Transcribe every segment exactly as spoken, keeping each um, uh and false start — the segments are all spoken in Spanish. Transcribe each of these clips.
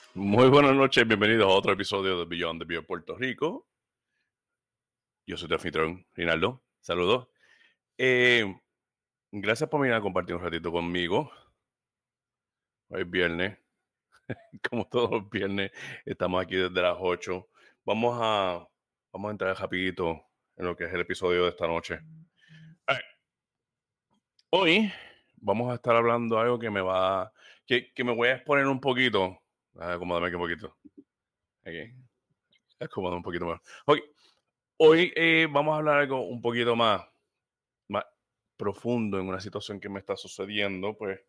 Muy buenas noches, bienvenidos a otro episodio de Beyond the Bio Puerto Rico. Yo soy tu anfitrión, Rinaldo. Saludos. Eh, gracias por venir a compartir un ratito conmigo. Hoy es viernes, como todos los viernes, estamos aquí desde las ocho. Vamos a, vamos a entrar rapidito en lo que es el episodio de esta noche. A ver, hoy vamos a estar hablando de algo que me va, que, que me voy a exponer un poquito. Ah, acomódame aquí un poquito. Aquí. Acomódame un poquito más. Ok. Hoy eh, vamos a hablar algo un poquito más, más profundo en una situación que me está sucediendo, pues,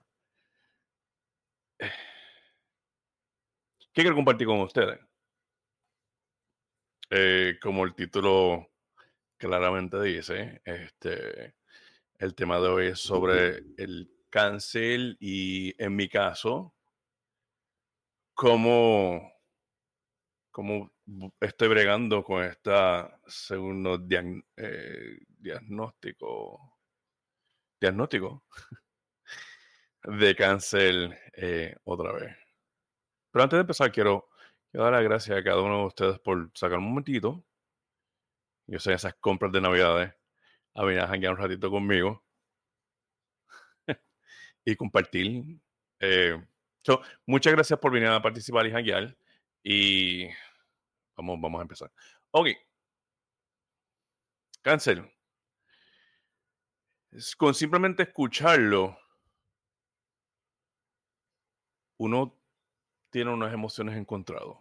¿qué quiero compartir con ustedes? Eh, como el título claramente dice, este, el tema de hoy es sobre el cáncer y, en mi caso, cómo, cómo estoy bregando con esta segundo diag- eh, diagnóstico, diagnóstico de cáncer eh, otra vez. Pero antes de empezar, quiero, quiero dar las gracias a cada uno de ustedes por sacar un momentito. Yo sé esas compras de Navidades a venir a janguear un ratito conmigo y compartir. Eh, so, muchas gracias por venir a participar y janguear. Y vamos, vamos a empezar. Ok, cáncer. Es con simplemente escucharlo, uno tiene unas emociones encontradas.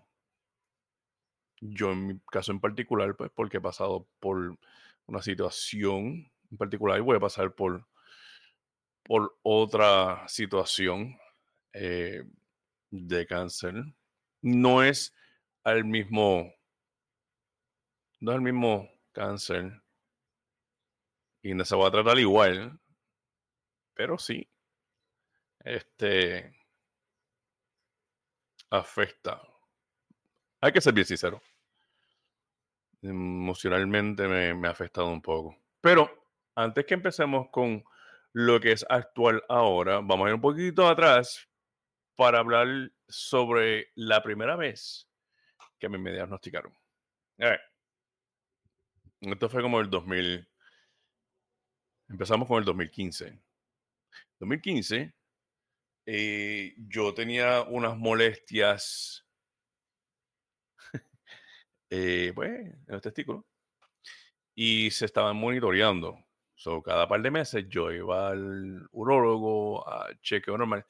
Yo en mi caso en particular, pues porque he pasado por una situación en particular y voy a pasar por por otra situación eh, de cáncer. No es al mismo, no es el mismo cáncer y no se va a tratar igual, pero sí, este afecta. Hay que ser bien sincero. Emocionalmente me, me ha afectado un poco. Pero antes que empecemos con lo que es actual ahora, vamos a ir un poquito atrás para hablar sobre la primera vez que a mí me diagnosticaron. A ver, esto fue como el dos mil. Empezamos con el dos mil quince. dos mil quince, eh, yo tenía unas molestias eh, pues, en el testículo y se estaban monitoreando. So, cada par de meses yo iba al urólogo a chequeo normal.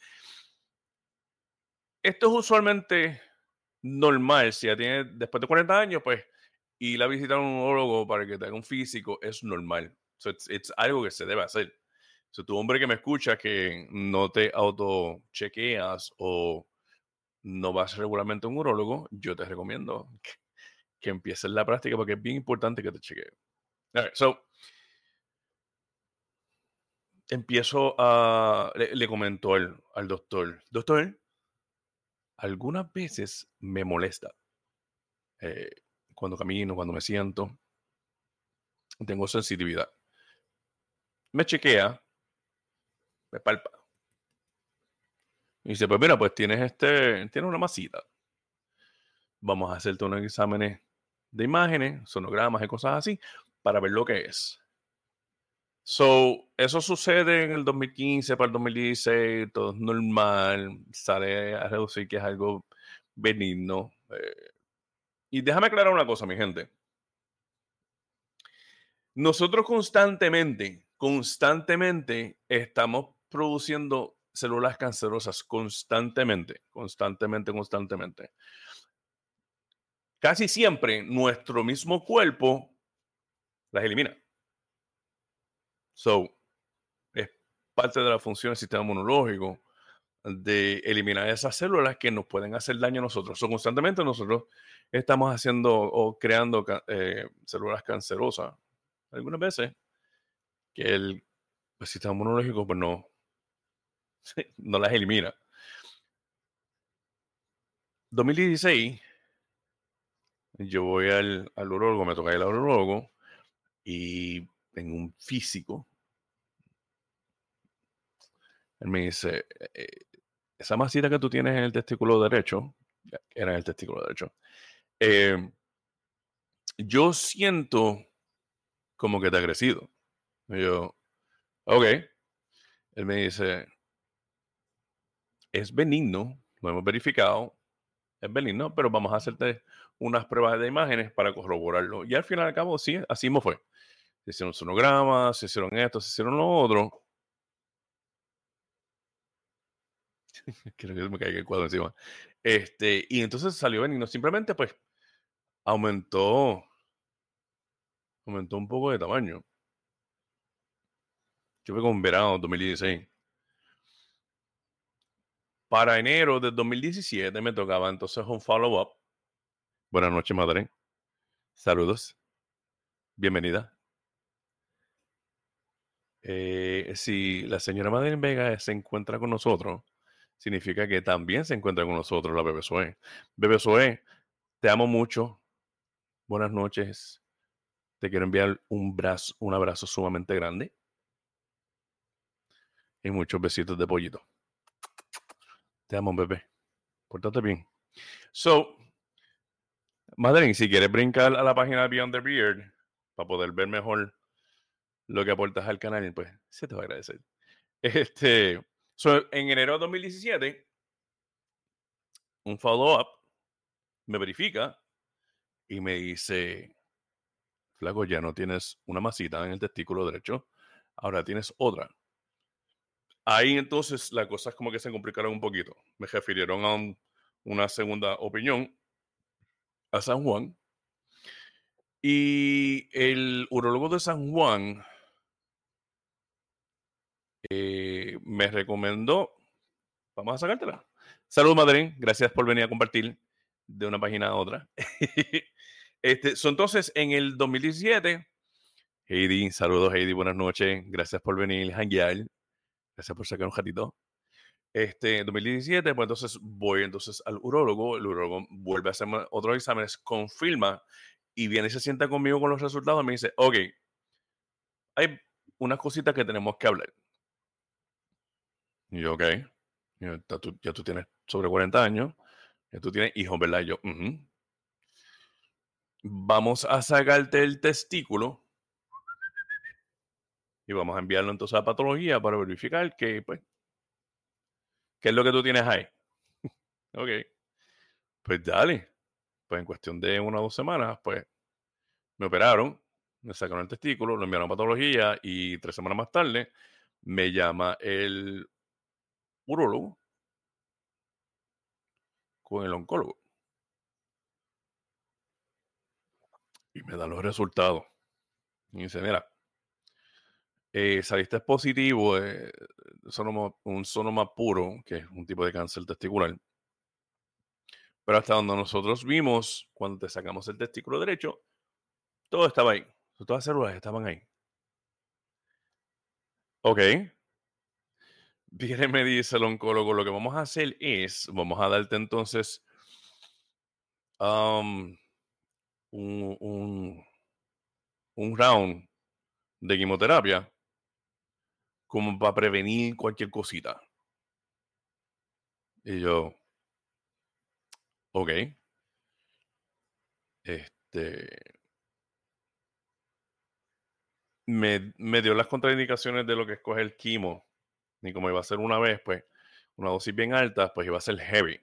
Esto es usualmente normal. Si ya tienes después de cuarenta años, pues ir a visitar a un urólogo para que te haga un físico es normal. So, it's, it's algo que se debe hacer. Si tú, hombre que me escucha, que no te auto chequeas o no vas regularmente a un urólogo, yo te recomiendo que, que empieces la práctica porque es bien importante que te chequees. All right, so, empiezo a. Le, le comento al, al doctor: Doctor, algunas veces me molesta eh, cuando camino, cuando me siento, tengo sensitividad. Me chequea, me palpa. Y dice: Pues mira, pues tienes, este, tienes una masita. Vamos a hacerte unos exámenes de imágenes, sonogramas y cosas así para ver lo que es. So, eso sucede en el dos mil quince para el dos mil dieciséis, todo es normal, sale a reducir que es algo benigno. eh. Y déjame aclarar una cosa, mi gente. Nosotros constantemente, constantemente estamos produciendo células cancerosas, constantemente, constantemente, constantemente. Casi siempre nuestro mismo cuerpo las elimina. So, es parte de la función del sistema inmunológico de eliminar esas células que nos pueden hacer daño a nosotros. So, constantemente nosotros estamos haciendo o creando eh, células cancerosas. Algunas veces que el, el sistema inmunológico pues no, no las elimina. dos mil dieciséis, yo voy al, al urólogo, me toca ir al urólogo y en un físico, él me dice: eh, esa masita que tú tienes en el testículo derecho Era en el testículo derecho. Eh, yo siento como que te ha crecido. Y yo, ok. Él me dice, es benigno, lo hemos verificado, es benigno, pero vamos a hacerte unas pruebas de imágenes para corroborarlo. Y al final al cabo, sí, así me fue. Se hicieron sonogramas, se hicieron esto, se hicieron lo otro. Quiero que me caiga el cuadro encima. Este, y entonces salió benigno. Simplemente, pues, aumentó, aumentó un poco de tamaño. Yo fue con verano dos mil dieciséis. Para enero de dos mil diecisiete me tocaba entonces un follow-up. Buenas noches, madre. Saludos. Bienvenida. Eh, si la señora Madeline Vega se encuentra con nosotros, significa que también se encuentra con nosotros la Bebé Zoe. Bebé Zoe, te amo mucho. Buenas noches. Te quiero enviar un, brazo, un abrazo sumamente grande y muchos besitos de pollito. Te amo, bebé. Pórtate bien. So, Madeline, si quieres brincar a la página de Beyond the Beard para poder ver mejor lo que aportas al canal, pues se te va a agradecer. Este, so, en enero de dos mil diecisiete, un follow-up me verifica y me dice, flaco, ya no tienes una masita en el testículo derecho, ahora tienes otra. Ahí entonces las cosas como que se complicaron un poquito. Me refirieron a un, una segunda opinión a San Juan y el urólogo de San Juan eh, me recomendó, vamos a sacártela. Saludos, Madrid, gracias por venir a compartir de una página a otra. este, so, entonces, en el dos mil diecisiete, Heidi, saludos Heidi, buenas noches, gracias por venir, hanguear, gracias por sacar un ratito. Este, en dos mil diecisiete, pues entonces voy entonces al urólogo, el urólogo vuelve a hacerme otros exámenes, confirma y viene y se sienta conmigo con los resultados y me dice, ok, hay unas cositas que tenemos que hablar. Y yo, ok, ya tú, ya tú tienes sobre cuarenta años, ya tú tienes hijos, ¿verdad? Y yo, uh -huh. Vamos a sacarte el testículo y vamos a enviarlo entonces a patología para verificar que, pues, qué es lo que tú tienes ahí. Ok, pues dale. Pues en cuestión de una o dos semanas, pues me operaron, me sacaron el testículo, lo enviaron a patología y tres semanas más tarde me llama el urólogo con el oncólogo y me da los resultados. Y dice, mira, eh, saliste positivo, eh, sonoma, un sonoma puro, que es un tipo de cáncer testicular. Pero hasta donde nosotros vimos, cuando te sacamos el testículo derecho, todo estaba ahí. Todas las células estaban ahí. Ok. Viene, me dice el oncólogo, lo que vamos a hacer es, vamos a darte entonces um, un, un, un round de quimioterapia como para prevenir cualquier cosita. Y yo, ok. Este, me, me dio las contraindicaciones de lo que escoge el quimo. Y como iba a ser una vez, pues, una dosis bien alta, pues iba a ser heavy.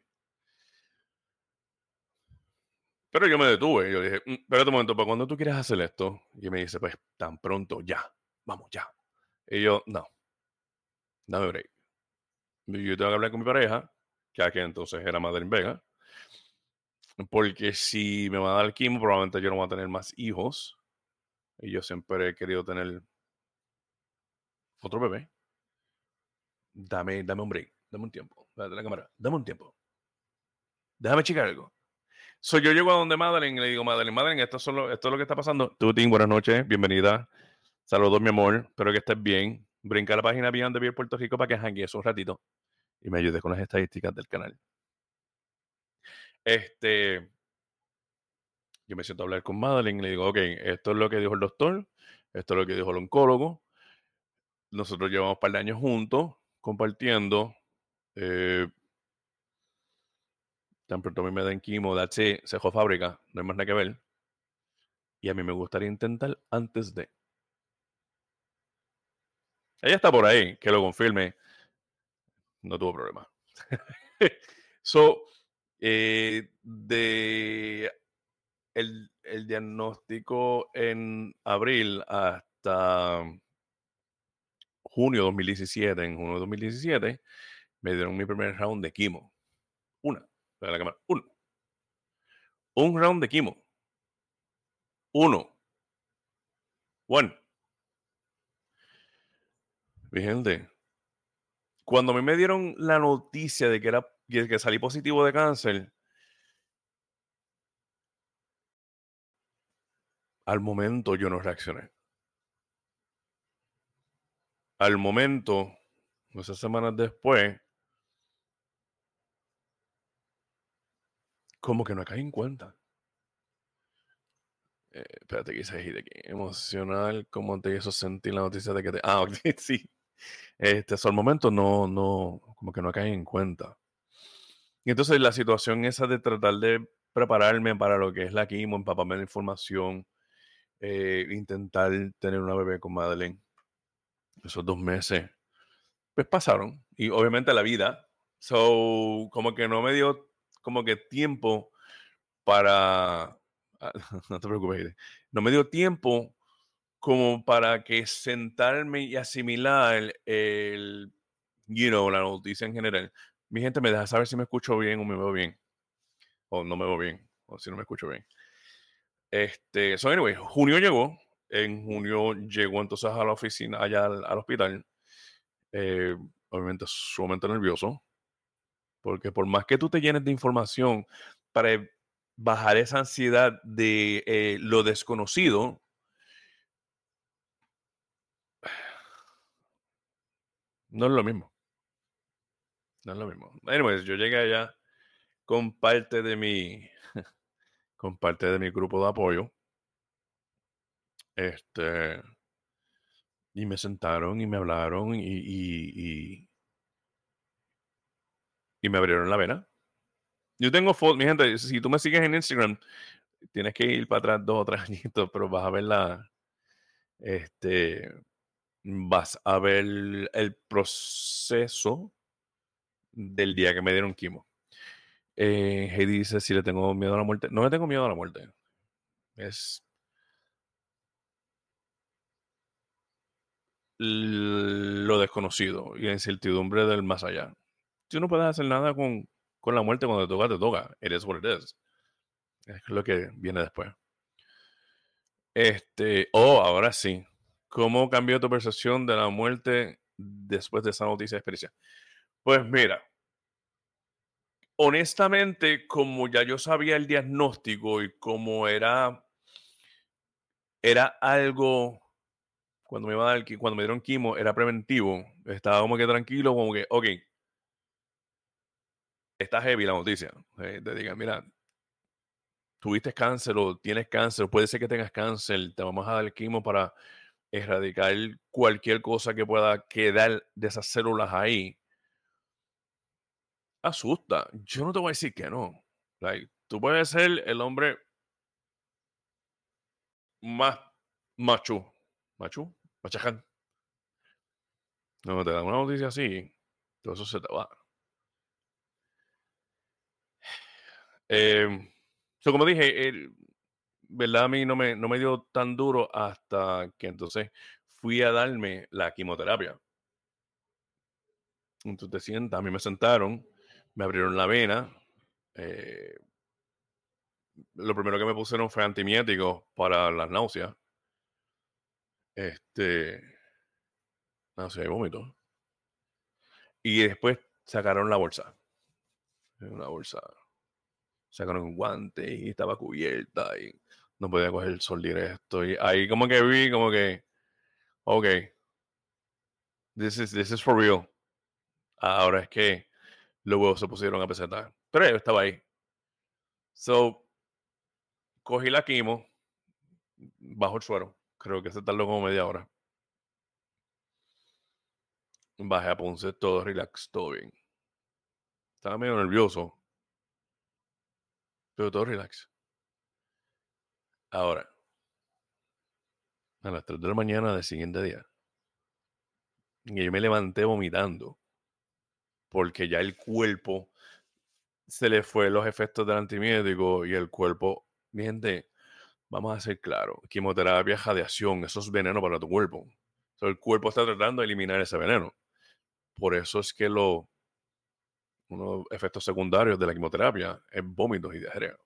Pero yo me detuve. Yo dije, mm, espérate un momento, ¿para cuándo tú quieres hacer esto? Y me dice, pues, tan pronto, ya. Vamos, ya. Y yo, no, dame break. Yo tengo que hablar con mi pareja, que aquí entonces era Madeline Vega, porque si me va a dar quimo, probablemente yo no voy a tener más hijos. Y yo siempre he querido tener otro bebé. Dame, dame un break, dame un tiempo. Dame la cámara, dame un tiempo. Déjame checar algo. So, yo llego a donde Madeline y le digo, Madeline, Madeline, esto es, solo, esto es lo que está pasando. Tutín, buenas noches, bienvenida. Saludos, mi amor, espero que estés bien. Brinca a la página Beyond the Beer Puerto Rico para que janguees un ratito y me ayudes con las estadísticas del canal. Este, yo me siento a hablar con Madeline y le digo, ok, esto es lo que dijo el doctor, esto es lo que dijo el oncólogo. Nosotros llevamos un par de años juntos, compartiendo. Eh, Tan pronto a mí me den quimo, that's it, se dejó fábrica, no hay más nada que ver. Y a mí me gustaría intentar antes de. Ella está por ahí, que lo confirme. No tuvo problema. So, eh, de el, el diagnóstico en abril hasta junio de dos mil diecisiete, en junio de dos mil diecisiete, me dieron mi primer round de quimo. Una, de la cámara, uno. Un round de quimo. Uno. One. Mi gente, cuando a mí me dieron la noticia de que, era, que salí positivo de cáncer, al momento yo no reaccioné. Al momento, muchas semanas después, como que no caí en cuenta. Eh, espérate, que dice de aquí. Emocional, ¿cómo te hizo sentir la noticia de que te... Ah, ok, sí. Este, hasta el momento no, no, como que no caí en cuenta. Y entonces la situación esa de tratar de prepararme para lo que es la quimo, empaparme la información, eh, intentar tener una bebé con Madeleine, esos dos meses, pues pasaron. Y obviamente la vida, so, como que no me dio como que tiempo para... No te preocupes, Aide. No me dio tiempo como para que sentarme y asimilar el, you know, la noticia en general. Mi gente me deja saber si me escucho bien o me veo bien, o no me veo bien, o si no me escucho bien. Este, so anyway, junio llegó, en junio llegó entonces a la oficina, allá al, al hospital, eh, obviamente sumamente nervioso, porque por más que tú te llenes de información para bajar esa ansiedad de eh, lo desconocido, no es lo mismo, no es lo mismo. Anyways, yo llegué allá con parte de mi, con parte de mi grupo de apoyo, este, y me sentaron y me hablaron y, y, y, y me abrieron la vena. Yo tengo fotos, mi gente, si tú me sigues en Instagram, tienes que ir para atrás dos o tres añitos, pero vas a ver la, este, vas a ver el proceso del día que me dieron quimo. Eh, Heidi dice si le tengo miedo a la muerte. No le tengo miedo a la muerte. Es lo desconocido y la incertidumbre del más allá. Tú no puedes hacer nada con, con la muerte cuando te toca, te toca. It is what it is. Es lo que viene después. Este, oh, ahora sí. ¿Cómo cambió tu percepción de la muerte después de esa noticia de experiencia? Pues mira, honestamente, como ya yo sabía el diagnóstico y como era, era algo, cuando me, iba a dar, cuando me dieron quimo, era preventivo, estaba como que tranquilo, como que, ok, está heavy la noticia. Eh, te digan, mira, tuviste cáncer o tienes cáncer, puede ser que tengas cáncer, te vamos a dar quimo para erradicar cualquier cosa que pueda quedar de esas células ahí. Asusta. Yo no te voy a decir que no. Like, tú puedes ser el hombre más macho. ¿Macho? Machaján. No, te dan una noticia así, todo eso se te va. Eh, so, como dije, el, ¿verdad? A mí no me, no me dio tan duro hasta que entonces fui a darme la quimioterapia. Entonces te sientas, a mí me sentaron, me abrieron la vena. Eh, lo primero que me pusieron fue antimiéticos para las náuseas. Este, náuseas y vómitos. Y después sacaron la bolsa. Una bolsa. Sacaron un guante y estaba cubierta y no podía coger el sol directo. Y ahí como que vi, como que, ok, this is, this is for real. Ahora es que los huevos se pusieron a pesetar. Pero yo estaba ahí. So, cogí la quimo bajo el suero. Creo que se tardó como media hora. Bajé a Ponce, todo relax, todo bien. Estaba medio nervioso. pero todo relax. Ahora, a las tres de la mañana del siguiente día, y yo me levanté vomitando, porque ya el cuerpo se le fue los efectos del antibiótico y el cuerpo, mi gente, vamos a ser claros, quimioterapia, radiación, eso es veneno para tu cuerpo. O sea, el cuerpo está tratando de eliminar ese veneno. Por eso es que los unos efectos secundarios de la quimioterapia es vómitos y diarrea.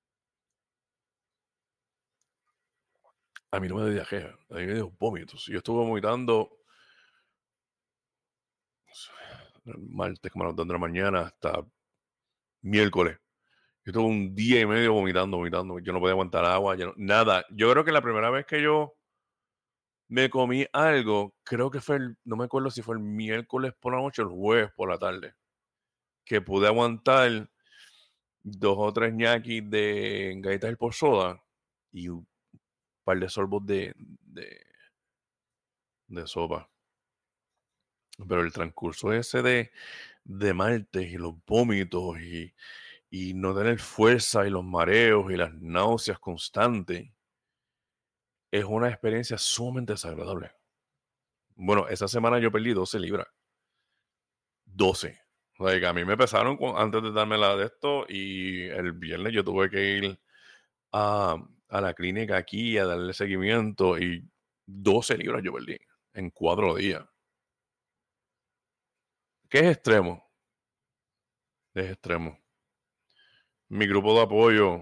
A mí no me dio diarrea, a mí me dio vómitos. Yo estuve vomitando martes como a las dos de la mañana hasta miércoles. Yo estuve un día y medio vomitando, vomitando. Yo no podía aguantar agua, yo no- nada. Yo creo que la primera vez que yo me comí algo, creo que fue, el, no me acuerdo si fue el miércoles por la noche o el jueves por la tarde, que pude aguantar dos o tres ñaquis de galletas del por soda y un par de sorbos de, de, de sopa. Pero el transcurso ese de, de martes y los vómitos y, y no tener fuerza y los mareos y las náuseas constantes es una experiencia sumamente desagradable. Bueno, esa semana yo perdí doce libras. doce. O sea, que a mí me pesaron cu- antes de darme la de esto y el viernes yo tuve que ir a, a la clínica aquí a darle seguimiento y doce libras yo perdí en cuatro días. ¿Qué es extremo? Es extremo. Mi grupo de apoyo,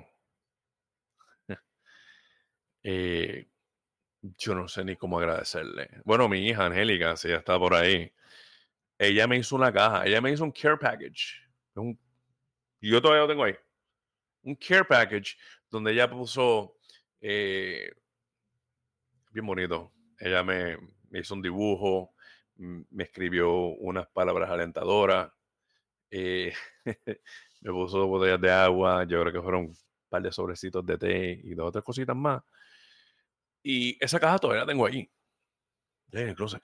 eh, yo no sé ni cómo agradecerle. Bueno, mi hija Angélica, si ya está por ahí, ella me hizo una caja, ella me hizo un care package. Un, y yo todavía lo tengo ahí. Un care package donde ella puso, eh, bien bonito, ella me, me hizo un dibujo, mm, me escribió unas palabras alentadoras, eh, me puso botellas de agua, yo creo que fueron un par de sobrecitos de té y dos otras cositas más. Y esa caja todavía la tengo ahí, ya en el closet.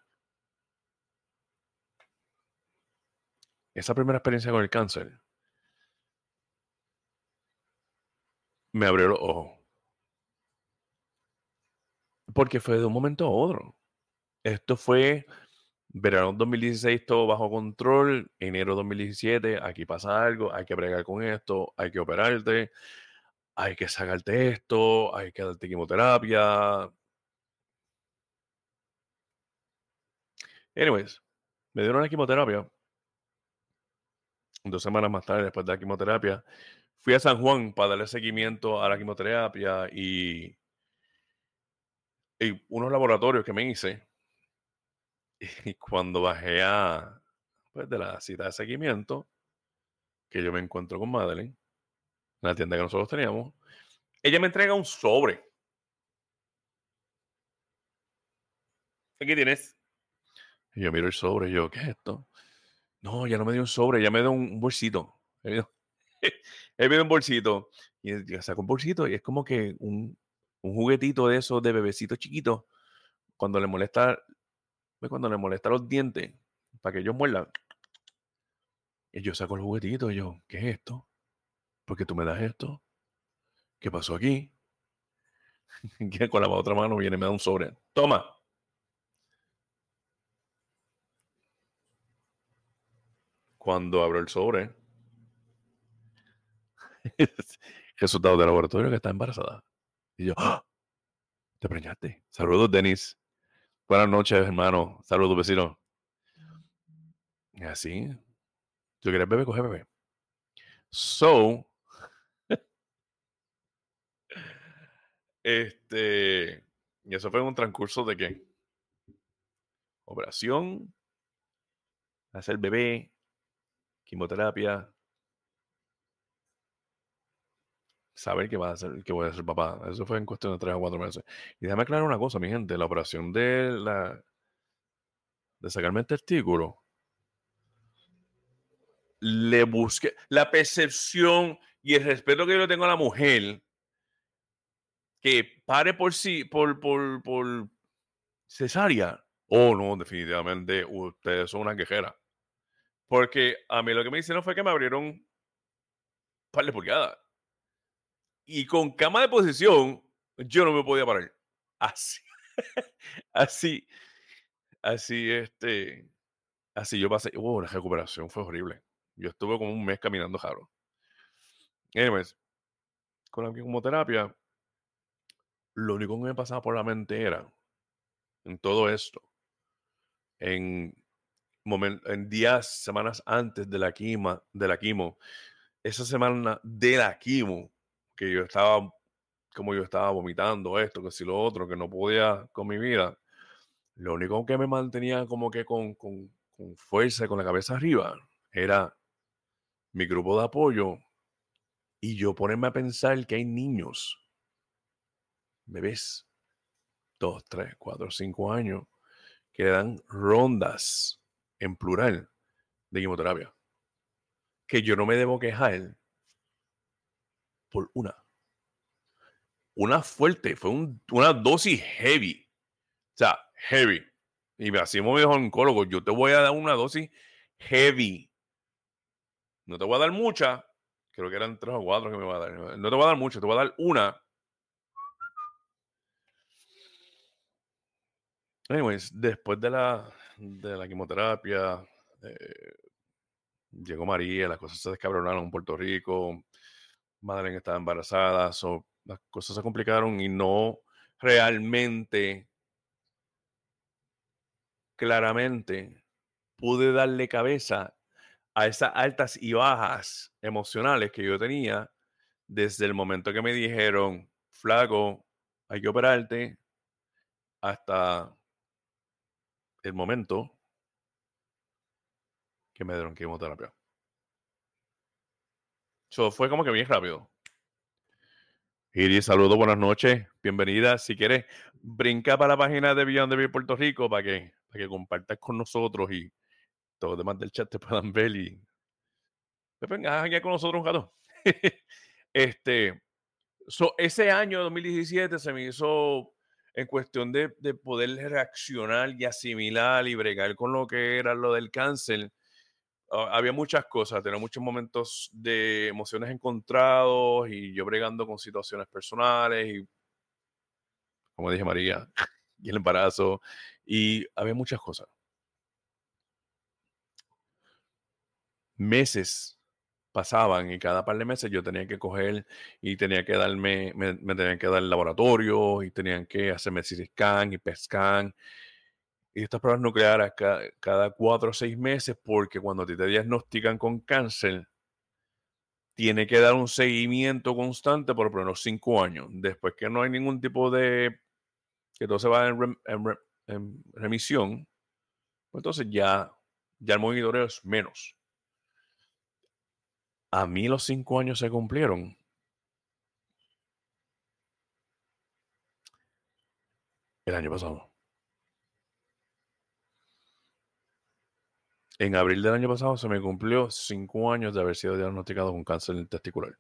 Esa primera experiencia con el cáncer me abrió los ojos, porque fue de un momento a otro. Esto fue verano dos mil dieciséis, todo bajo control. Enero dos mil diecisiete, aquí pasa algo, hay que bregar con esto, hay que operarte, hay que sacarte esto, hay que darte quimioterapia. Anyways, me dieron la quimioterapia. Dos semanas más tarde, después de la quimioterapia, fui a San Juan para darle seguimiento a la quimioterapia y, y unos laboratorios que me hice. Y cuando bajé a, pues, de la cita de seguimiento, que yo me encuentro con Madeline, en la tienda que nosotros teníamos, ella me entrega un sobre. Aquí tienes. Y yo miro el sobre y yo, ¿qué es esto? No, ya no me dio un sobre, ya me dio un, un bolsito. Él me dio, él me dio un bolsito. Y yo saco un bolsito y es como que un, un juguetito de esos de bebecito chiquito. Cuando le molesta, pues, cuando le molesta los dientes, para que ellos muerdan. Y yo saco el juguetito y yo, ¿qué es esto? ¿Por qué tú me das esto? ¿Qué pasó aquí? Que con la otra mano viene y me da un sobre. Toma. Cuando abro el sobre, resultado del laboratorio que está embarazada. Y yo, ¡ah! Te preñaste. Saludos, Denis. Buenas noches, hermano. Saludos, vecino. Y así, ¿tú quieres bebé? Coge bebé. So, este, y eso fue un transcurso de qué? Operación, hacer bebé, quimioterapia, saber que va a ser, que voy a ser papá. Eso fue en cuestión de tres o cuatro meses. Y déjame aclarar una cosa, mi gente. La operación de la de sacarme el testículo, le busqué la percepción y el respeto que yo le tengo a la mujer que pare por sí, por, por, por cesárea. Oh, no, definitivamente ustedes son una quejera. Porque a mí lo que me hicieron fue que me abrieron un par de pulgadas. Y con cama de posición, yo no me podía parar. Así, así, así, este, así yo pasé. Oh, la recuperación fue horrible. Yo estuve como un mes caminando jaro. Anyways, con la quimioterapia, lo único que me pasaba por la mente era, en todo esto, en, momen- en días, semanas antes de la quima, de la quimo, esa semana de la quimo, que yo estaba, como yo estaba vomitando esto, que si lo otro, que no podía con mi vida, lo único que me mantenía como que con, con, con fuerza y con la cabeza arriba era mi grupo de apoyo y yo ponerme a pensar que hay niños, bebés, dos, tres, cuatro, cinco años, que dan rondas en plural de quimioterapia. Que yo no me debo quejar por una. Una fuerte, fue un, una dosis heavy. O sea, heavy. Y así me dijo el oncólogo, yo te voy a dar una dosis heavy. No te voy a dar mucha. Creo que eran tres o cuatro que me va a dar. No te voy a dar mucho, te voy a dar una. Anyways, después de la, de la quimioterapia, eh, llegó María, las cosas se descabronaron en Puerto Rico. Madeleine estaba embarazada, so, las cosas se complicaron y no realmente, claramente, pude darle cabeza a esas altas y bajas emocionales que yo tenía desde el momento que me dijeron, flaco, hay que operarte, hasta el momento que me dieron quimioterapia. So, fue como que bien rápido. Iris, saludos, buenas noches, bienvenida. Si quieres, brinca para la página de Beyond the Beer Puerto Rico para que, para que compartas con nosotros y todos los demás del chat te puedan ver y pues venga aquí con nosotros un gato. este, so, ese año dos mil diecisiete se me hizo en cuestión de, de poder reaccionar y asimilar y bregar con lo que era lo del cáncer. Uh, había muchas cosas, tenía muchos momentos de emociones encontrados y yo bregando con situaciones personales y, como dije María, y el embarazo, y había muchas cosas. Meses pasaban y cada par de meses yo tenía que coger y tenía que darme, me, me tenían que dar el laboratorio y tenían que hacerme C T scan y P E T scan y estas pruebas nucleares cada, cada cuatro o seis meses porque cuando a ti te diagnostican con cáncer, tiene que dar un seguimiento constante por lo menos cinco años. Después que no hay ningún tipo de, que todo se va en, rem, en, re, en remisión, pues entonces ya, ya el monitoreo es menos. A mí los cinco años se cumplieron el año pasado. En abril del año pasado se me cumplió cinco años de haber sido diagnosticado con cáncer testicular.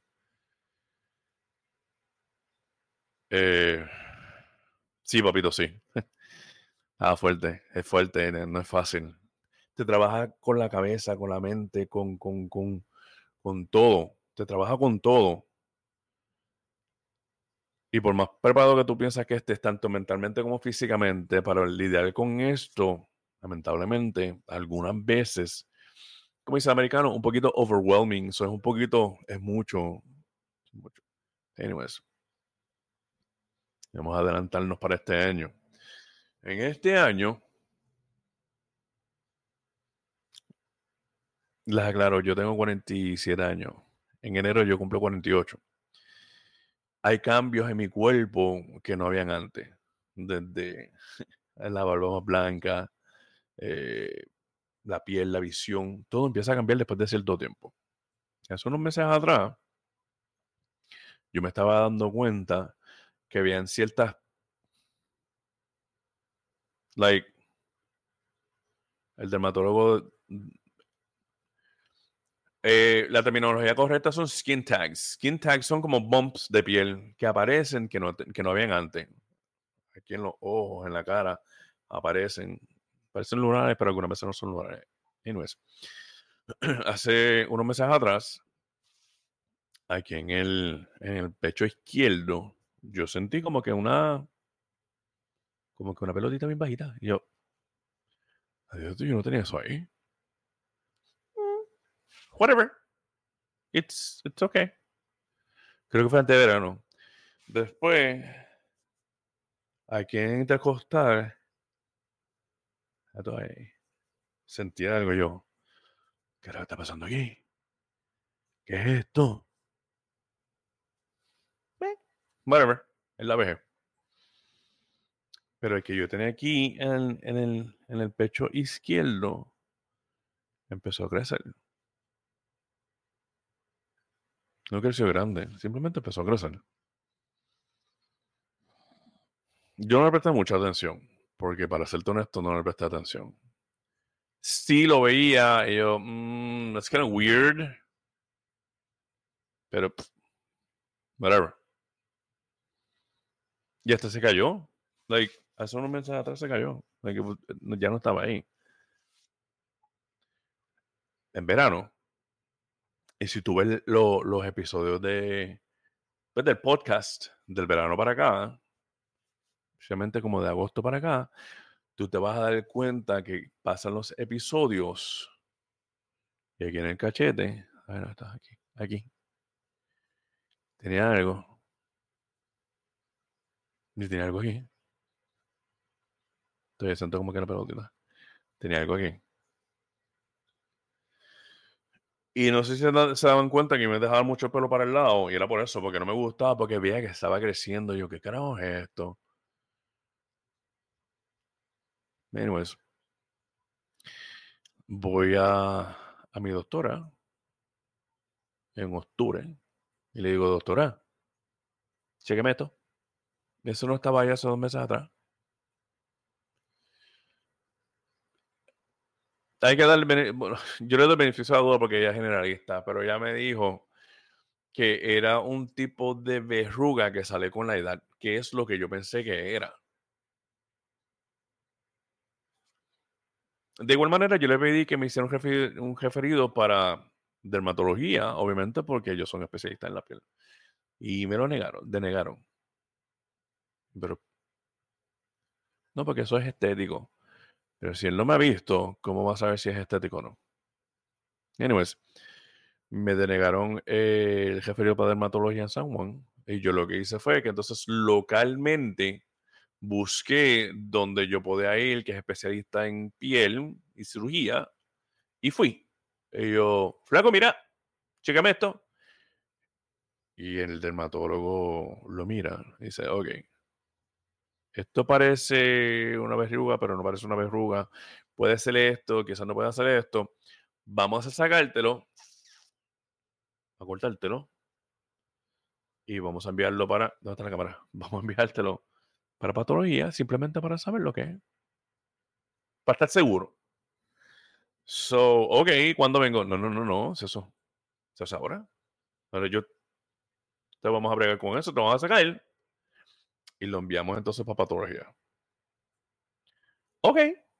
Eh, sí, papito, sí. Ah, fuerte, es fuerte, no es fácil. Te trabaja con la cabeza, con la mente, con, con, con, con todo. Te trabaja con todo. Y por más preparado que tú piensas que estés, tanto mentalmente como físicamente, para lidiar con esto, lamentablemente, algunas veces, como dice el americano, un poquito overwhelming. Eso es un poquito, es mucho. mucho. Anyways, vamos a adelantarnos para este año. En este año, les aclaro, yo tengo cuarenta y siete años. En enero yo cumplo cuarenta y ocho. Hay cambios en mi cuerpo que no habían antes. Desde la barba más blanca, eh, la piel, la visión, todo empieza a cambiar después de cierto tiempo. Hace unos meses atrás, yo me estaba dando cuenta que habían ciertas, like, el dermatólogo, eh, la terminología correcta son skin tags. Skin tags son como bumps de piel que aparecen que no, que no habían antes. Aquí en los ojos, en la cara, aparecen, parecen lunares, pero algunas veces no son lunares. Anyways, hace unos meses atrás, aquí en el, en el pecho izquierdo, yo sentí como que una, como que una pelotita bien bajita. Y yo, adiós, yo no tenía eso ahí. Mm, whatever. It's, it's okay. Creo que fue antes de verano. Después, aquí en intercostal, ahí, sentí algo yo. ¿Qué es lo que está pasando aquí? ¿Qué es esto? Eh, whatever. Es la vejez. Pero el que yo tenía aquí en, en, el, en el pecho izquierdo empezó a crecer. No creció grande, simplemente empezó a crecer. Yo no le presté mucha atención, porque para serte honesto, no le presté atención. Sí lo veía, y yo, mmm, that's kind of weird. Pero, pff, whatever. Y hasta se cayó. Like, hace unos meses atrás se cayó. Like, ya no estaba ahí. En verano. Y si tú ves lo, los episodios de, pues, del podcast del verano para acá, especialmente como de agosto para acá, tú te vas a dar cuenta que pasan los episodios y aquí en el cachete, a ver, está aquí, aquí, tenía algo, y tenía algo aquí, todavía siento como que era pelotita, tenía algo aquí. Y no sé si se, da, se daban cuenta que me dejaba mucho el pelo para el lado, y era por eso, porque no me gustaba, porque veía que estaba creciendo. Y yo, ¿qué carajo es esto? Anyways, voy a, a mi doctora en octubre y le digo, doctora, chéqueme esto. Eso no estaba ahí hace dos meses atrás. Hay que darle, bueno, yo le doy beneficio a la duda porque ella es generalista, pero ella me dijo que era un tipo de verruga que sale con la edad, que es lo que yo pensé que era. De igual manera, yo le pedí que me hiciera un, refer, un referido para dermatología, obviamente, porque ellos son especialistas en la piel. Y me lo negaron, denegaron. Pero no, porque eso es estético. Pero si él no me ha visto, ¿cómo va a saber si es estético o no? Anyways, me denegaron eh, el referido para dermatología en San Juan. Y yo lo que hice fue que entonces localmente busqué donde yo podía ir, que es especialista en piel y cirugía, y fui. Y yo, flaco, mira, chécame esto. Y el dermatólogo lo mira y dice, ok, esto parece una verruga, pero no parece una verruga. Puede ser esto, quizás no puede hacer esto. Vamos a sacártelo, a cortártelo, y vamos a enviarlo para... ¿Dónde está la cámara? Vamos a enviártelo para patología, simplemente para saber lo que es. Para estar seguro. So, ok, ¿cuándo vengo? No, no, no, no, es eso. Se hace ahora. Ahora yo te vamos a bregar con eso, te vamos a sacar y lo enviamos entonces para patología. Ok.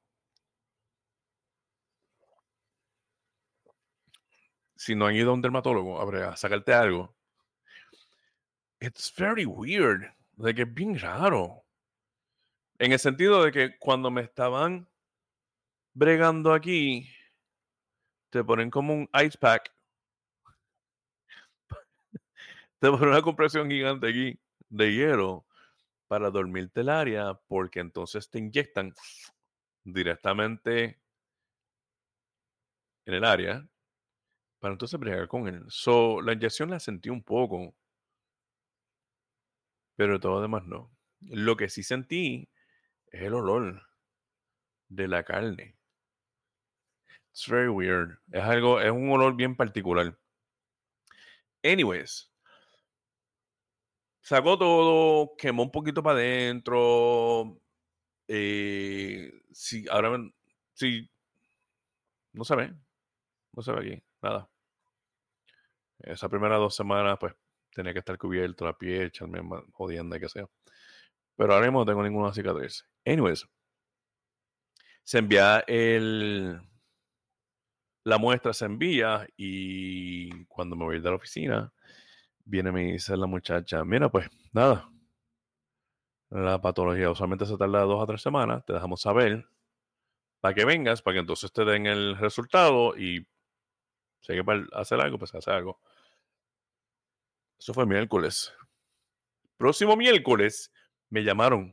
Si no han ido a un dermatólogo a, a sacarte algo, it's very weird. De que es bien raro. En el sentido de que cuando me estaban bregando aquí, te ponen como un ice pack. Te ponen una compresión gigante aquí de hielo para dormirte el área, porque entonces te inyectan directamente en el área para entonces bregar con él. So, la inyección la sentí un poco, pero todo lo demás no. Lo que sí sentí es el olor de la carne. It's very weird. Es algo, es un olor bien particular. Anyways, sacó todo, quemó un poquito para adentro. Eh, sí, ahora sí, no se ve, no se ve aquí, nada. Esas primeras dos semanas, pues, tenía que estar cubierto la piel, echarme jodienda y que sea. Pero ahora mismo no tengo ninguna cicatriz. Anyways, se envía el, la muestra, se envía y cuando me voy de la oficina, Viene y me dice la muchacha, mira, pues nada, la patología usualmente se tarda dos a tres semanas, te dejamos saber para que vengas, para que entonces te den el resultado y si hay que par- hacer algo, pues hacer algo. Eso fue miércoles. Próximo miércoles me llamaron.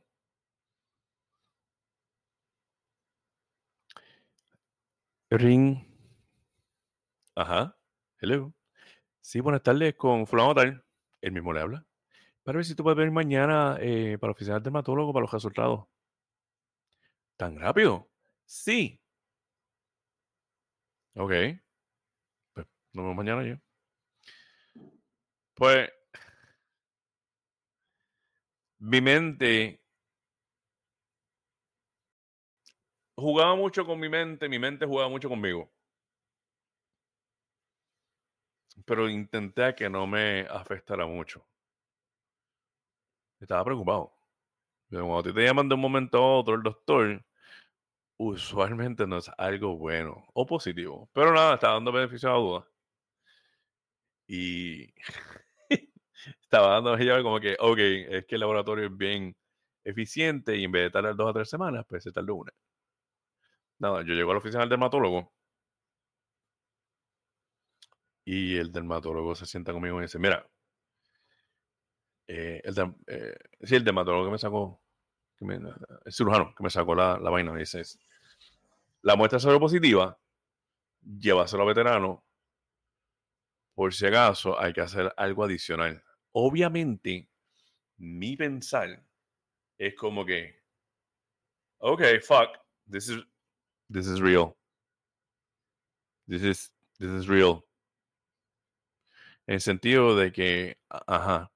Ring. Ajá. Hello. Sí, buenas tardes, con fulano tal. Él mismo le habla. Para ver si tú puedes venir mañana eh, para la oficina del dermatólogo para los resultados. ¿Tan rápido? Sí. Ok. Pues nos vemos mañana ya. Pues mi mente jugaba mucho con mi mente, mi mente jugaba mucho conmigo. Pero intenté a que no me afectara mucho. Estaba preocupado. Pero cuando a ti te llaman de un momento a otro el doctor, usualmente no es algo bueno o positivo. Pero nada, estaba dando beneficio a la duda. Y estaba dando ella como que, ok, es que el laboratorio es bien eficiente y en vez de tardar dos a tres semanas, pues se tardó una. Nada, yo llego a la oficina del dermatólogo y el dermatólogo se sienta conmigo y me dice, mira, eh, el, derm- eh, sí, el dermatólogo que me sacó, que me- el cirujano que me sacó la, la vaina, me dice, la muestra salió positiva, llévaselo a veterano, por si acaso hay que hacer algo adicional. Obviamente, mi pensar es como que, ok, fuck, this is, this is real. This is, this is real. En el sentido de que, a- ajá,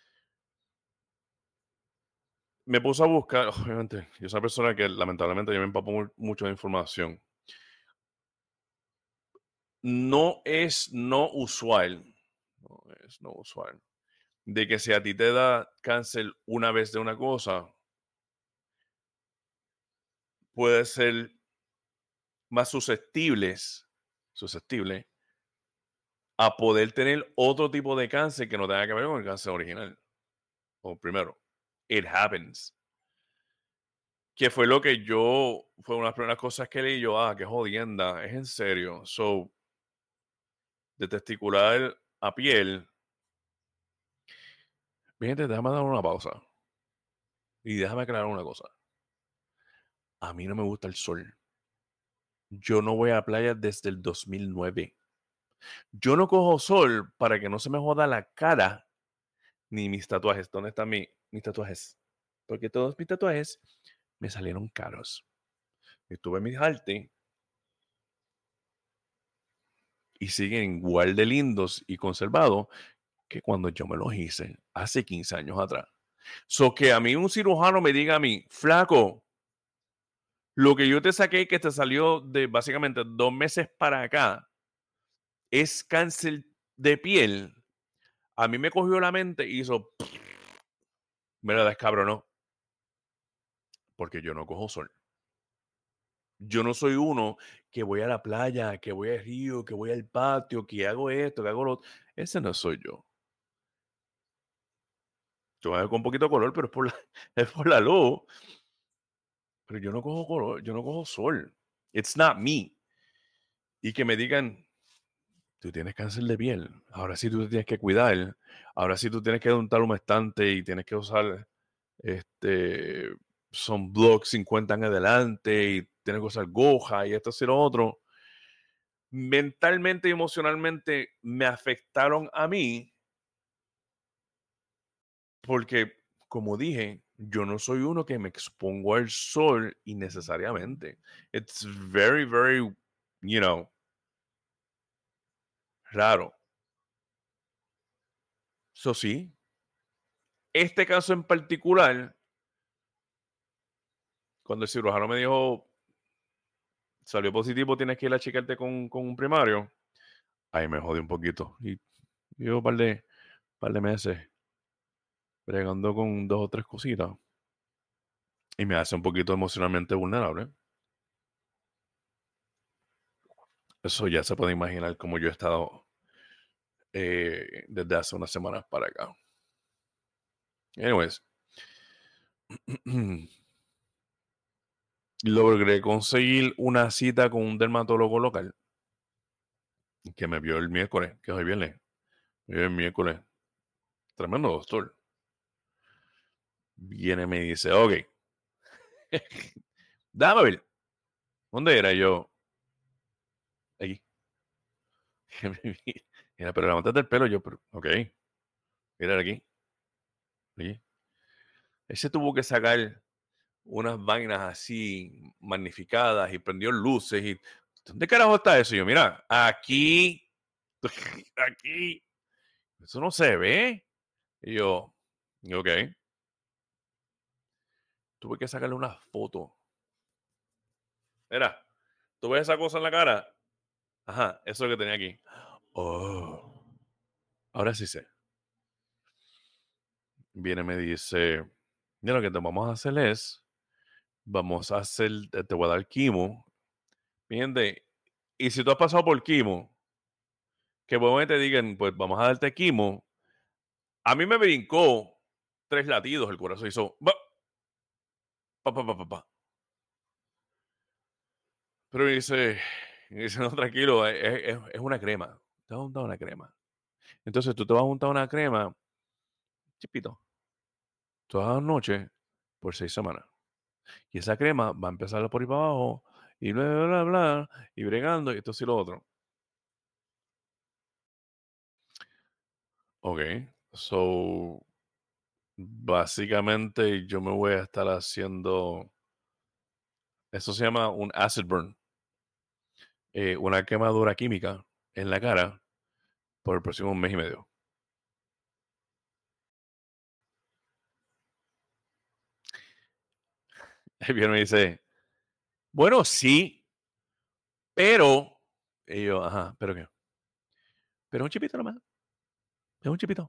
me puse a buscar, obviamente, yo soy una persona que lamentablemente yo me empapo mu- mucho de información. No es no usual, no es no usual, de que si a ti te da cáncer una vez de una cosa, puede ser más susceptibles, susceptible a poder tener otro tipo de cáncer que no tenga que ver con el cáncer original. O primero, it happens. Que fue lo que yo, fue una de las primeras cosas que leí yo, ah, qué jodienda, es en serio. So, de testicular a piel, fíjate, déjame dar una pausa y déjame aclarar una cosa. A mí no me gusta el sol. Yo no voy a la playa desde el dos mil nueve. Yo no cojo sol para que no se me joda la cara ni mis tatuajes. ¿Dónde están mi- mis tatuajes? Porque todos mis tatuajes me salieron caros. Estuve en mis arte y siguen igual de lindos y conservados que cuando yo me los hice hace quince años atrás. So que a mí un cirujano me diga a mí, flaco, lo que yo te saqué que te salió de básicamente dos meses para acá es cáncer de piel. A mí me cogió la mente y hizo, me la descabronó, porque yo no cojo sol. Yo no soy uno que voy a la playa, que voy al río, que voy al patio, que hago esto, que hago lo otro. Ese no soy yo. Yo hago con un poquito de color, pero es por la, es por la luz. Pero yo no cojo color, yo no cojo sol. It's not me. Y que me digan, tú tienes cáncer de piel, ahora sí tú te tienes que cuidar, ahora sí tú tienes que untar humectante y tienes que usar este sunblock cincuenta en adelante y tienes que usar goja y esto y lo otro. Mentalmente y emocionalmente me afectaron a mí porque, como dije, yo no soy uno que me expongo al sol innecesariamente. It's very, very, you know, raro. Eso sí, este caso en particular, cuando el cirujano me dijo, salió positivo, tienes que ir a checarte con, con un primario, ahí me jodí un poquito. Y yo un par de, par de meses bregando con dos o tres cositas. Y me hace un poquito emocionalmente vulnerable. Eso ya se puede imaginar cómo yo he estado eh, desde hace unas semanas para acá. Anyways, logré conseguir una cita con un dermatólogo local que me vio el miércoles, que hoy viernes. Me vio el miércoles. Tremendo doctor. Viene y me dice, ok, déjame ver. ¿Dónde era yo? Aquí. Mira, pero levántate el pelo. Yo, pero, ok, mira aquí. Aquí. Él se tuvo que sacar unas vainas así magnificadas y prendió luces. Y, ¿dónde carajo está eso? Y yo, mira, aquí, aquí. Eso no se ve. Y yo, ok. Tuve que sacarle una foto. Mira, ¿tú ves esa cosa en la cara? Ajá, eso es lo que tenía aquí. Oh, ahora sí sé. Viene y me dice, mira, lo que te vamos a hacer es, vamos a hacer, te te voy a dar quimo. Fíjate, y si tú has pasado por quimo, que bueno te digan, pues vamos a darte quimo. A mí me brincó tres latidos el corazón hizo, "Ba", pa, pa, pa, pa, pa. Pero me dice, me dice, no, tranquilo, es, es- es una crema. Te vas a untar una crema. Entonces tú te vas a untar una crema, chipito, todas las noches por seis semanas. Y esa crema va a empezar por ahí para abajo y bla, bla, bla, bla, y bregando y esto y lo otro. Ok, so básicamente yo me voy a estar haciendo, eso se llama un acid burn, eh, una quemadura química en la cara por el próximo mes y medio. Y viene y me dice, bueno, sí, pero, y yo, ajá, ¿pero qué? Pero un chipito nomás, es un chipito.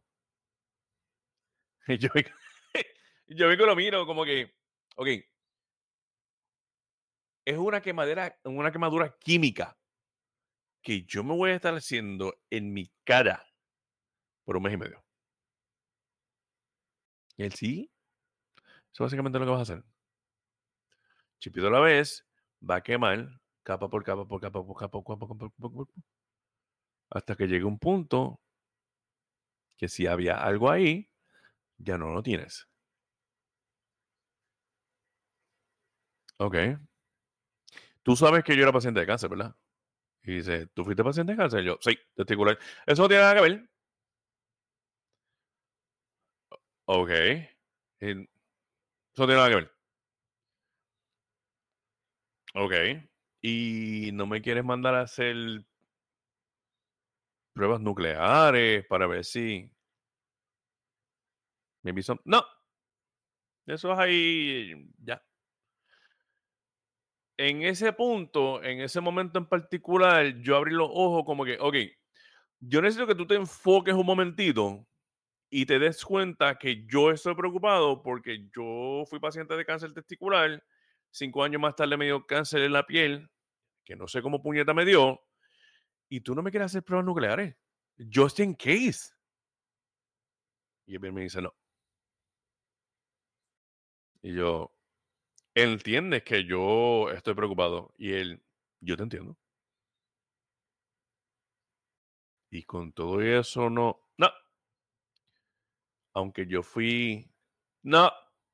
Y yo, yo vengo y lo miro como que, ok, es una quemadera, una quemadura química que yo me voy a estar haciendo en mi cara por un mes y medio. Y él sí, eso básicamente es lo que vas a hacer. Chipito a la vez, va a quemar capa por capa, por capa, por capa, por capa, por capa, por capa, hasta que llegue un punto que si había algo ahí, ya no lo tienes. Ok. Tú sabes que yo era paciente de cáncer, ¿verdad? Y dice, ¿tú fuiste paciente de cáncer? Y yo, sí, testicular. Eso no tiene nada que ver. Ok. Y eso no tiene nada que ver. Ok. Y no me quieres mandar a hacer pruebas nucleares para ver si maybe some- No, eso es ahí ya. En ese punto, en ese momento en particular, yo abrí los ojos como que, ok, yo necesito que tú te enfoques un momentito y te des cuenta que yo estoy preocupado porque yo fui paciente de cáncer testicular, cinco años más tarde me dio cáncer en la piel, que no sé cómo puñeta me dio, y tú no me quieres hacer pruebas nucleares. Just in case. Y él me dice, no. Y yo, entiendes que yo estoy preocupado. Y él, yo te entiendo. Y con todo eso, no, no, aunque yo fui, no,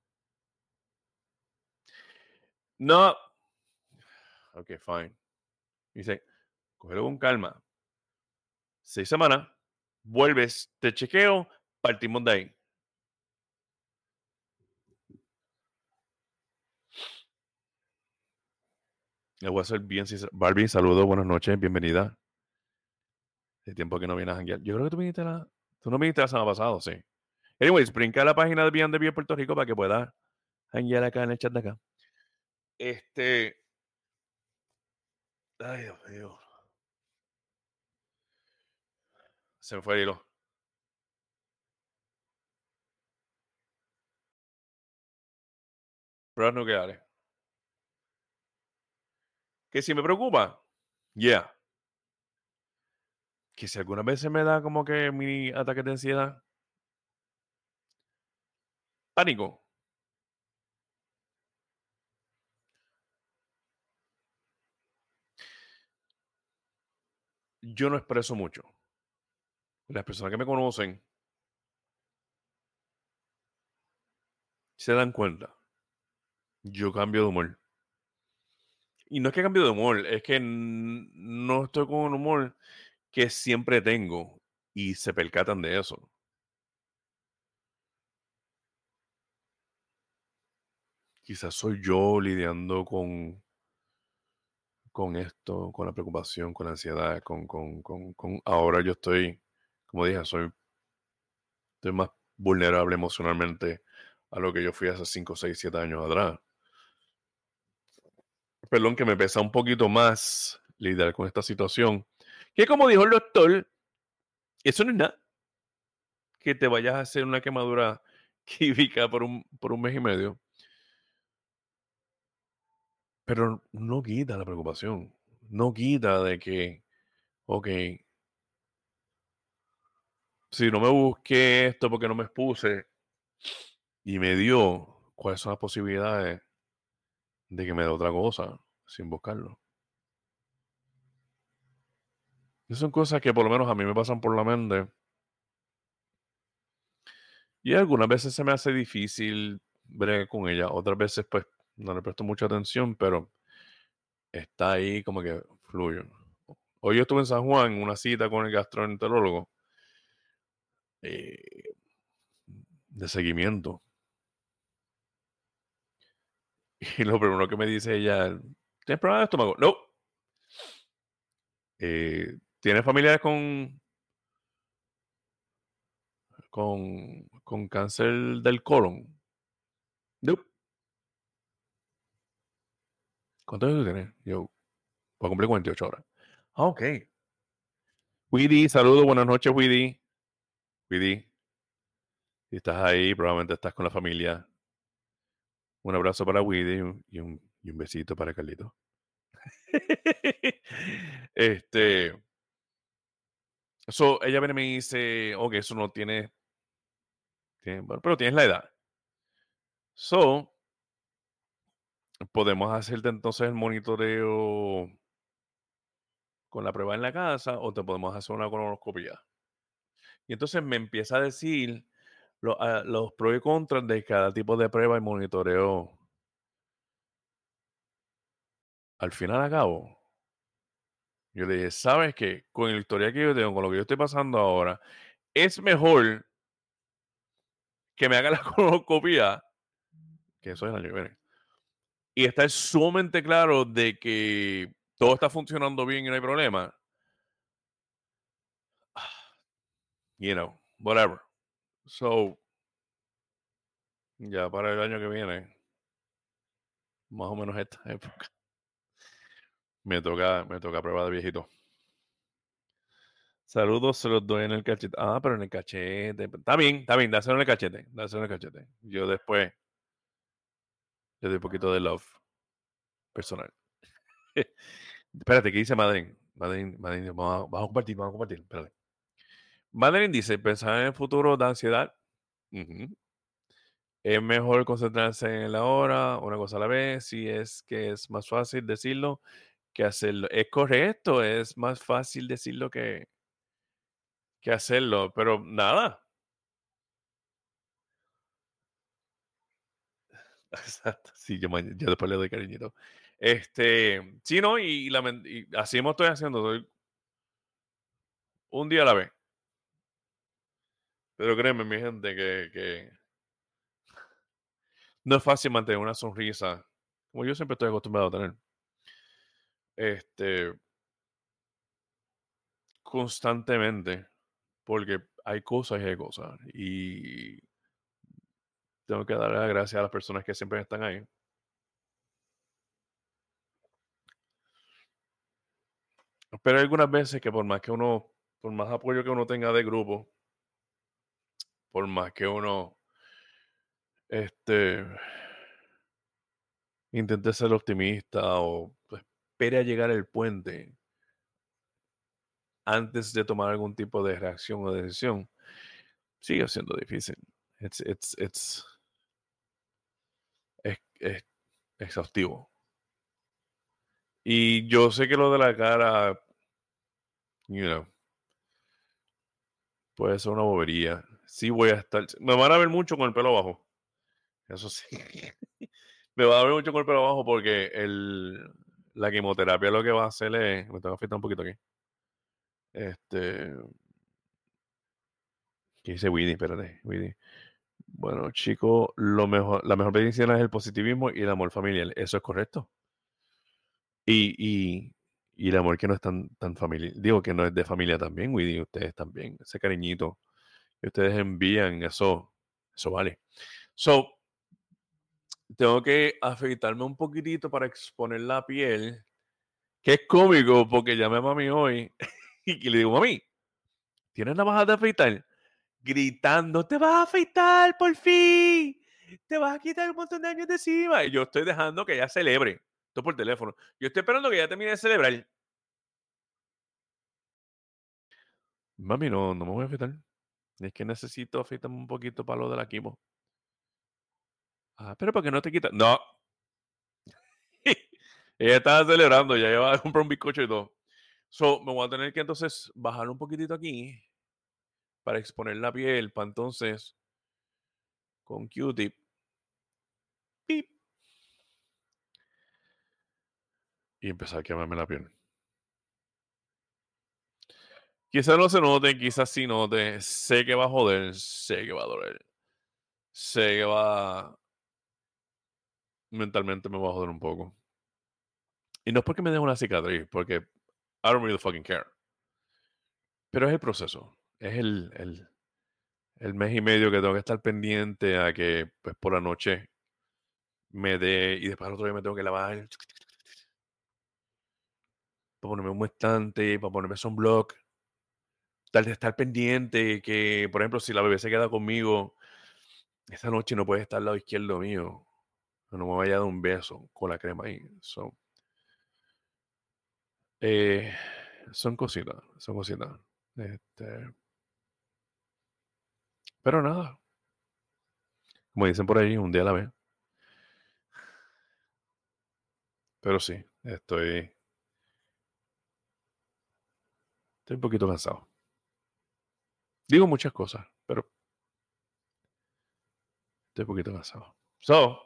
no, ok, fine. Dice, cógelo con calma. Seis semanas, vuelves, te chequeo, partimos de ahí. Le voy a hacer bien sincero. Barbie, saludos, buenas noches, bienvenida. Hace tiempo que no vienes a janguear. Yo creo que tú viniste la, tú no viniste la semana pasada, sí. Anyways, brinca a la página de Beyond the Bio Puerto Rico para que puedas janguear acá en el chat de acá. Este, ay, Dios mío, se me fue el hilo. Pruebas nucleares. Que si me preocupa, yeah. que si algunas veces me da como que mi ataque de ansiedad, pánico, yo no expreso mucho. Las personas que me conocen se dan cuenta. Yo cambio de humor. Y no es que cambio de humor, es que n- no estoy con un humor que siempre tengo y se percatan de eso. Quizás soy yo lidiando con, con esto, con la preocupación, con la ansiedad, con, con, con, con- ahora yo estoy, como dije, soy, estoy más vulnerable emocionalmente a lo que yo fui hace cinco seis siete años atrás. Perdón, que me pesa un poquito más lidiar con esta situación. Que como dijo el doctor, eso no es nada. Que te vayas a hacer una quemadura química por un, por un mes y medio. Pero no quita la preocupación. No quita de que, ok, si no me busqué esto porque no me expuse y me dio, ¿cuáles son las posibilidades de que me dé otra cosa sin buscarlo? Esas son cosas que por lo menos a mí me pasan por la mente. Y algunas veces se me hace difícil bregar con ella. Otras veces, pues, no le presto mucha atención, pero está ahí como que fluye. Hoy yo estuve en San Juan en una cita con el gastroenterólogo eh, de seguimiento. Y lo primero que me dice ella, ¿tienes problemas de estómago? No. Eh, ¿Tienes familiares con, con, con cáncer del colon? No. ¿Cuántos años tú tienes? Yo, voy a cumplir cuarenta y ocho horas. Ah, ok. Widi, saludos, buenas noches, Widi. Widi, si estás ahí, probablemente estás con la familia. Un abrazo para Widi y un, y un, y un besito para Carlito. este, so, ella viene y me dice, ok, eso no tiene, tiene- bueno, pero tienes la edad. So, podemos hacerte entonces el monitoreo con la prueba en la casa o te podemos hacer una colonoscopia. Y entonces me empieza a decir lo- a- los pros y contras de cada tipo de prueba y monitoreo. Al final, a cabo, yo le dije, ¿sabes qué? Con el historial que yo tengo, con lo que yo estoy pasando ahora, es mejor que me haga la colonoscopia, que eso es el año que viene, y estar sumamente claro de que todo está funcionando bien y no hay problema. You know, whatever. So, ya para el año que viene, más o menos esta época, me toca, me toca prueba de viejito. Saludos, se los doy en el cachete. Ah, pero en el cachete. Está bien, está bien, dáselo en el cachete. Dáselo en el cachete. Yo después le doy un poquito de love personal. Espérate, ¿qué dice Madeline? Madeline, Madeline, vamos a, vamos a compartir, vamos a compartir. Espérate. Madeline dice, pensar en el futuro da ansiedad. Ujú. Es mejor concentrarse en la hora, una cosa a la vez, si es que es más fácil decirlo que hacerlo. Es correcto, es más fácil decirlo que, que hacerlo, pero nada. Exacto, sí, yo, ma- yo después le doy cariñito. Este, sí, no, y, lamen- y así me estoy haciendo, estoy un día a la vez. Pero créeme, mi gente, que, que no es fácil mantener una sonrisa, como yo siempre estoy acostumbrado a tener, este, constantemente, porque hay cosas y hay cosas. Y tengo que darle las gracias a las personas que siempre están ahí. Pero hay algunas veces que por más que uno, por más apoyo que uno tenga de grupo, por más que uno, este, intente ser optimista o pues, espere a llegar el puente, antes de tomar algún tipo de reacción o decisión, sigue siendo difícil. It's, it's, it's, es, es exhaustivo. Y yo sé que lo de la cara, you know, puede ser una bobería. Sí voy a estar, me van a ver mucho con el pelo abajo. Eso sí. Me va a ver mucho con el pelo abajo porque el, la quimioterapia lo que va a hacer es, me tengo que afeitar un poquito aquí. Este, ¿qué dice Widdy? Espérate, Widdy. Bueno, chicos, lo mejor, la mejor medicina es el positivismo y el amor familiar. Eso es correcto. Y, y, y el amor que no es tan, tan familiar. Digo que no es de familia también, Widdy, ustedes también. Ese cariñito que ustedes envían, eso, eso vale. So, tengo que afeitarme un poquitito para exponer la piel, que es cómico porque llamé a mami hoy y le digo, mami, ¿tienes navajas de afeitar? Gritando, te vas a afeitar por fin, te vas a quitar un montón de años de encima. Y yo estoy dejando que ella celebre, esto por teléfono. Yo estoy esperando que ella termine de celebrar. Mami, no, no me voy a afeitar. Es que necesito afeitarme un poquito para lo de la quimo. Ah, pero ¿por qué no te quitas? No. Ella estaba celebrando, ya iba a comprar un bizcocho y todo. So, me voy a tener que entonces bajar un poquitito aquí para exponer la piel, para entonces con Q-tip, pip, y empezar a quemarme la piel. Quizás no se note, quizás sí note. Sé que va a joder, sé que va a doler. Sé que va... Mentalmente me va a joder un poco. Y no es porque me deje una cicatriz, porque I don't really fucking care. Pero es el proceso. Es el, el, el mes y medio que tengo que estar pendiente a que pues por la noche me dé y después al otro día me tengo que lavar para ponerme un estante, para ponerme sunblock, tal de estar pendiente que, por ejemplo, si la bebé se queda conmigo esta noche no puede estar al lado izquierdo mío, no me vaya a dar un beso con la crema ahí. So, eh, son cositas, son cositas. Este, pero nada, como dicen por ahí, un día a la vez. Pero sí, estoy, estoy un poquito cansado. Digo muchas cosas, pero estoy un poquito cansado. So,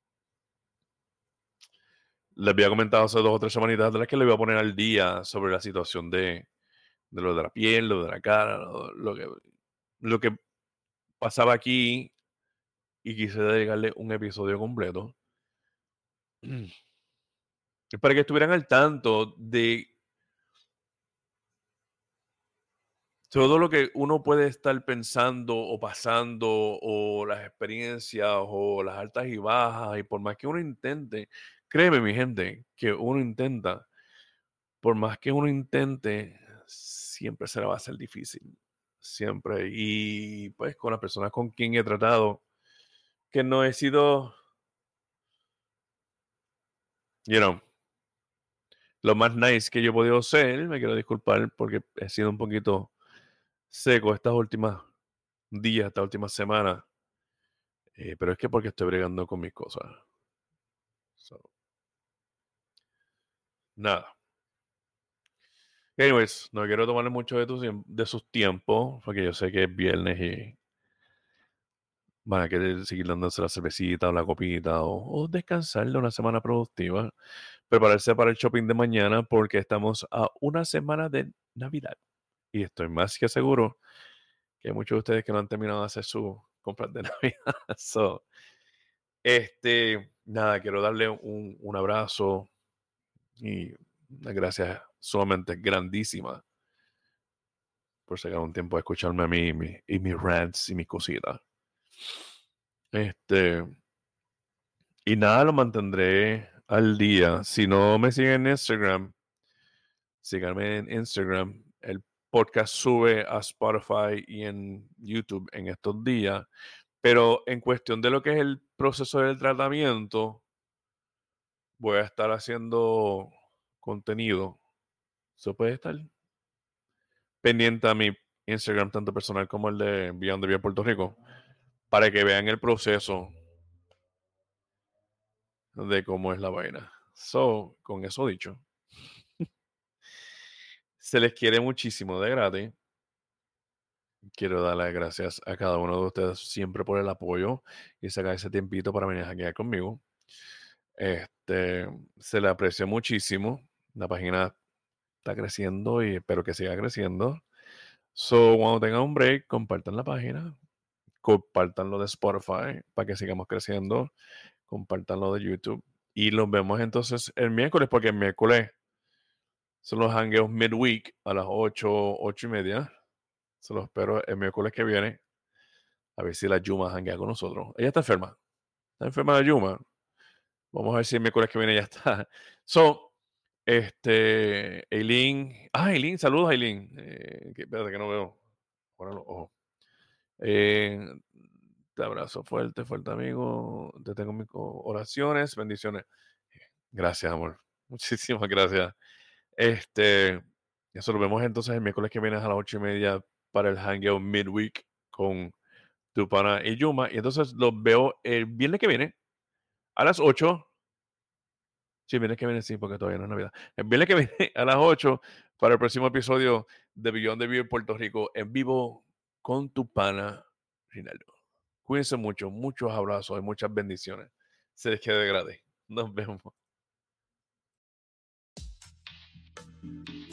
les había comentado hace dos o tres semanitas de las que le voy a poner al día sobre la situación de, de lo de la piel, lo de la cara, lo, lo que, lo que pasaba aquí y quise dedicarle un episodio completo para que estuvieran al tanto de todo lo que uno puede estar pensando o pasando o las experiencias o las altas y bajas y por más que uno intente, créeme mi gente, que uno intenta, por más que uno intente, siempre se la va a hacer difícil, siempre. Y pues con las personas con quien he tratado, que no he sido, you know, lo más nice que yo he podido ser, me quiero disculpar porque he sido un poquito seco estas últimas días, estas últimas semanas. Eh, pero es que porque estoy bregando con mis cosas. So, nada. Anyways, no quiero tomarle mucho de, tus, de sus tiempos, porque yo sé que es viernes y van a querer seguir dándose la cervecita o la copita o, o descansar de una semana productiva. Prepararse para el shopping de mañana porque estamos a una semana de Navidad. Y estoy más que seguro que hay muchos de ustedes que no han terminado de hacer sus compras de Navidad. So, este, nada, quiero darle un, un abrazo y una gracias sumamente grandísima por sacar un tiempo a escucharme a mí y, mi, y mis rants y mis cositas. Este, y nada, lo mantendré al día. Si no me siguen en Instagram, síganme en Instagram. El podcast sube a Spotify y en YouTube en estos días. Pero en cuestión de lo que es el proceso del tratamiento, voy a estar haciendo contenido. Eso puede estar pendiente a mi Instagram, tanto personal como el de Beyond the Vía Puerto Rico, para que vean el proceso de cómo es la vaina. So, con eso dicho, se les quiere muchísimo de gratis. Quiero dar las gracias a cada uno de ustedes siempre por el apoyo y sacar ese tiempito para venir a hackear conmigo. Este, se le aprecia muchísimo. La página está creciendo y espero que siga creciendo. So, cuando tengan un break, compartan la página, compartan lo de Spotify para que sigamos creciendo, compartan lo de YouTube y los vemos entonces el miércoles, porque el miércoles son los hangueos midweek a las ocho, ocho y media. Se los espero el miércoles que viene. A ver si la Yuma hanguea con nosotros. Ella está enferma. Está enferma la Yuma. Vamos a ver si el miércoles que viene ya está. So, este, Eileen. Ah, Eileen, saludos, Eileen. Eh, que, espérate que no veo. Ahora los ojos. Eh, te abrazo fuerte, fuerte amigo. Te tengo mis oraciones, bendiciones. Gracias, amor. Muchísimas gracias. Este, eso lo vemos entonces el miércoles que viene a las ocho y media para el Hangout Midweek con tu pana y Yuma. Y entonces los veo el viernes que viene a las ocho. Sí, viernes que viene sí, porque todavía no es Navidad. El viernes que viene a las ocho para el próximo episodio de Beyond the View Puerto Rico en vivo con tu pana Rinaldo. Cuídense mucho, muchos abrazos y muchas bendiciones. Se les quede de grade. Nos vemos.